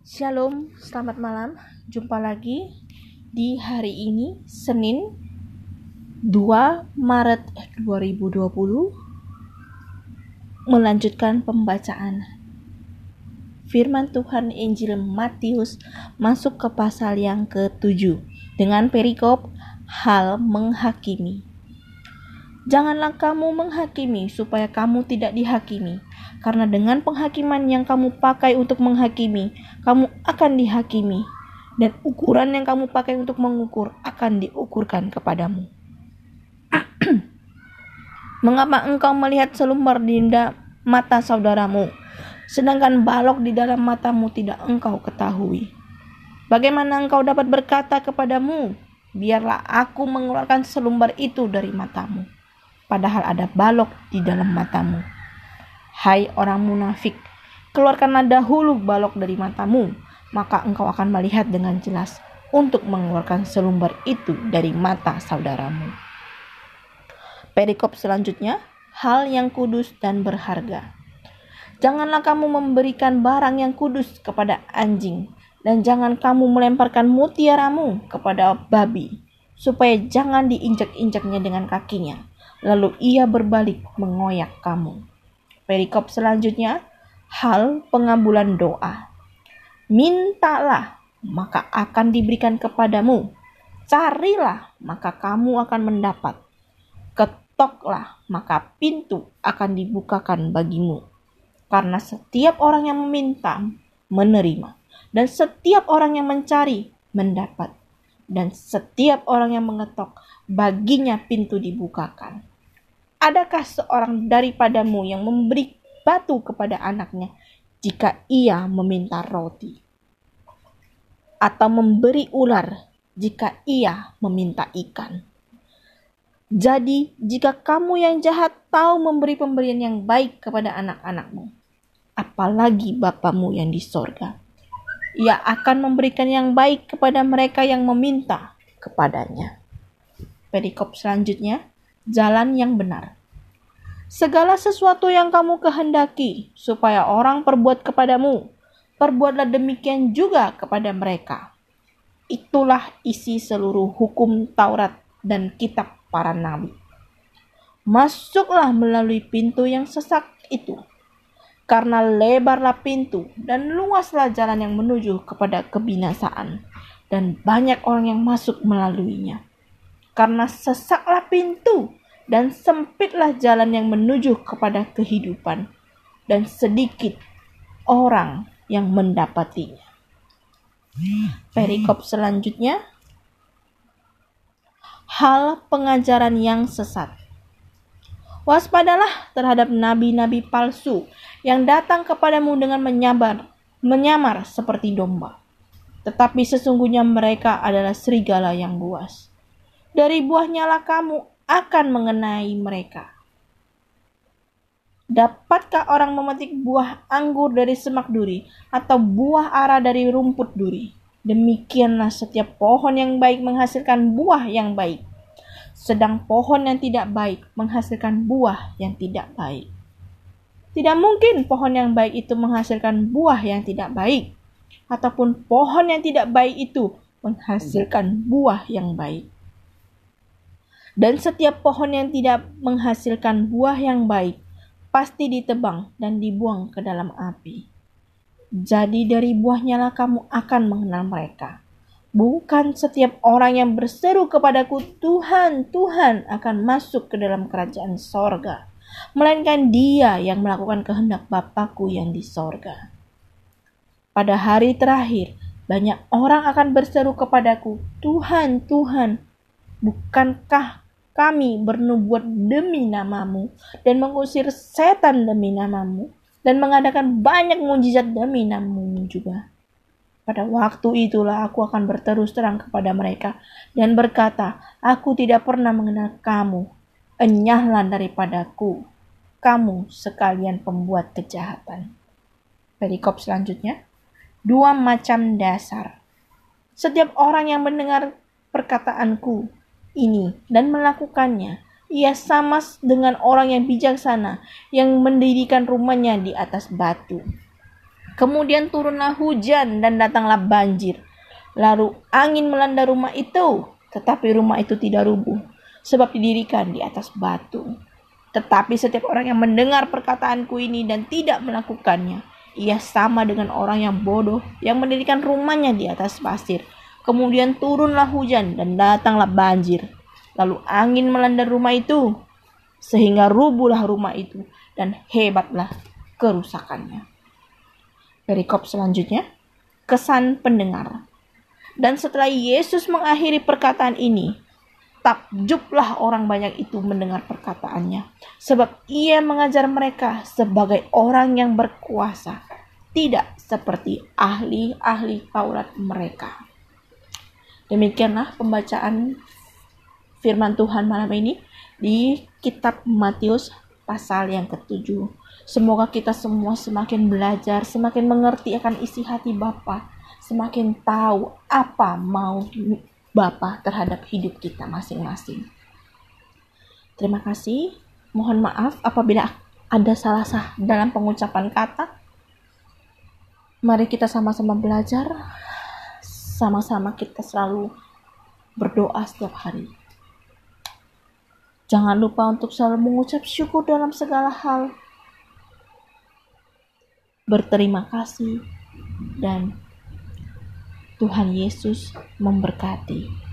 Shalom, selamat malam. Jumpa lagi di hari ini, Senin 2 Maret 2020. Melanjutkan pembacaan Firman Tuhan Injil Matius masuk ke pasal yang ke-7 dengan perikop hal menghakimi. Janganlah kamu menghakimi supaya kamu tidak dihakimi, karena dengan penghakiman yang kamu pakai untuk menghakimi, kamu akan dihakimi, dan ukuran yang kamu pakai untuk mengukur akan diukurkan kepadamu. Mengapa engkau melihat selumbar di mata saudaramu, sedangkan balok di dalam matamu tidak engkau ketahui? Bagaimana engkau dapat berkata kepadamu, biarlah aku mengeluarkan selumbar itu dari matamu, padahal ada balok di dalam matamu? Hai orang munafik, keluarkanlah dahulu balok dari matamu, maka engkau akan melihat dengan jelas untuk mengeluarkan selumbar itu dari mata saudaramu. Perikop selanjutnya, hal yang kudus dan berharga. Janganlah kamu memberikan barang yang kudus kepada anjing, dan jangan kamu melemparkan mutiaramu kepada babi, supaya jangan diinjak-injaknya dengan kakinya, lalu ia berbalik mengoyak kamu. Perikop selanjutnya, hal pengabulan doa. Mintalah, maka akan diberikan kepadamu. Carilah, maka kamu akan mendapat. Ketoklah, maka pintu akan dibukakan bagimu. Karena setiap orang yang meminta, menerima. Dan setiap orang yang mencari, mendapat. Dan setiap orang yang mengetok, baginya pintu dibukakan. Adakah seorang daripadamu yang memberi batu kepada anaknya jika ia meminta roti? Atau memberi ular jika ia meminta ikan? Jadi, jika kamu yang jahat tahu memberi pemberian yang baik kepada anak-anakmu, apalagi Bapamu yang di sorga, ia akan memberikan yang baik kepada mereka yang meminta kepadanya. Perikop selanjutnya, jalan yang benar. Segala sesuatu yang kamu kehendaki supaya orang perbuat kepadamu, perbuatlah demikian juga kepada mereka. Itulah isi seluruh hukum Taurat dan kitab para nabi. Masuklah melalui pintu yang sesak itu, karena lebarlah pintu dan luaslah jalan yang menuju kepada kebinasaan, dan banyak orang yang masuk melaluinya. Karena sesaklah pintu dan sempitlah jalan yang menuju kepada kehidupan, dan sedikit orang yang mendapatinya. Perikop selanjutnya, hal pengajaran yang sesat. Waspadalah terhadap nabi-nabi palsu yang datang kepadamu dengan menyamar seperti domba, tetapi sesungguhnya mereka adalah serigala yang buas. Dari buahnya lah kamu akan mengenai mereka. Dapatkah orang memetik buah anggur dari semak duri, atau buah ara dari rumput duri? Demikianlah setiap pohon yang baik menghasilkan buah yang baik, sedang pohon yang tidak baik menghasilkan buah yang tidak baik. Tidak mungkin pohon yang baik itu menghasilkan buah yang tidak baik, ataupun pohon yang tidak baik itu menghasilkan buah yang baik. Dan setiap pohon yang tidak menghasilkan buah yang baik pasti ditebang dan dibuang ke dalam api. Jadi dari buahnya lah kamu akan mengenal mereka. Bukan setiap orang yang berseru kepadaku, Tuhan, Tuhan, akan masuk ke dalam kerajaan sorga, melainkan dia yang melakukan kehendak Bapa-Ku yang di sorga. Pada hari terakhir, banyak orang akan berseru kepadaku, Tuhan, Tuhan, bukankah kami bernubuat demi namamu dan mengusir setan demi namamu dan mengadakan banyak mukjizat demi namamu juga? Pada waktu itulah aku akan berterus terang kepada mereka dan berkata, aku tidak pernah mengenal kamu. Enyahlah daripadaku, kamu sekalian pembuat kejahatan. Perikop selanjutnya, 2 macam dasar. Setiap orang yang mendengar perkataanku ini dan melakukannya, ia sama dengan orang yang bijaksana yang mendirikan rumahnya di atas batu. Kemudian turunlah hujan dan datanglah banjir. Lalu angin melanda rumah itu, tetapi rumah itu tidak rubuh, sebab didirikan di atas batu. Tetapi setiap orang yang mendengar perkataanku ini dan tidak melakukannya, ia sama dengan orang yang bodoh yang mendirikan rumahnya di atas pasir. Kemudian turunlah hujan dan datanglah banjir. Lalu angin melanda rumah itu, sehingga rubuhlah rumah itu dan hebatlah kerusakannya. Perikop selanjutnya, kesan pendengar. Dan setelah Yesus mengakhiri perkataan ini, takjublah orang banyak itu mendengar perkataannya, sebab ia mengajar mereka sebagai orang yang berkuasa, tidak seperti ahli-ahli Taurat mereka. Demikianlah pembacaan firman Tuhan malam ini di kitab Matius pasal yang ke-7. Semoga kita semua semakin belajar, semakin mengerti akan isi hati Bapa, semakin tahu apa mau Bapa terhadap hidup kita masing-masing. Terima kasih. Mohon maaf apabila ada salah dalam pengucapan kata. Mari kita sama-sama belajar. Sama-sama kita selalu berdoa setiap hari. Jangan lupa untuk selalu mengucap syukur dalam segala hal. Berterima kasih dan Tuhan Yesus memberkati.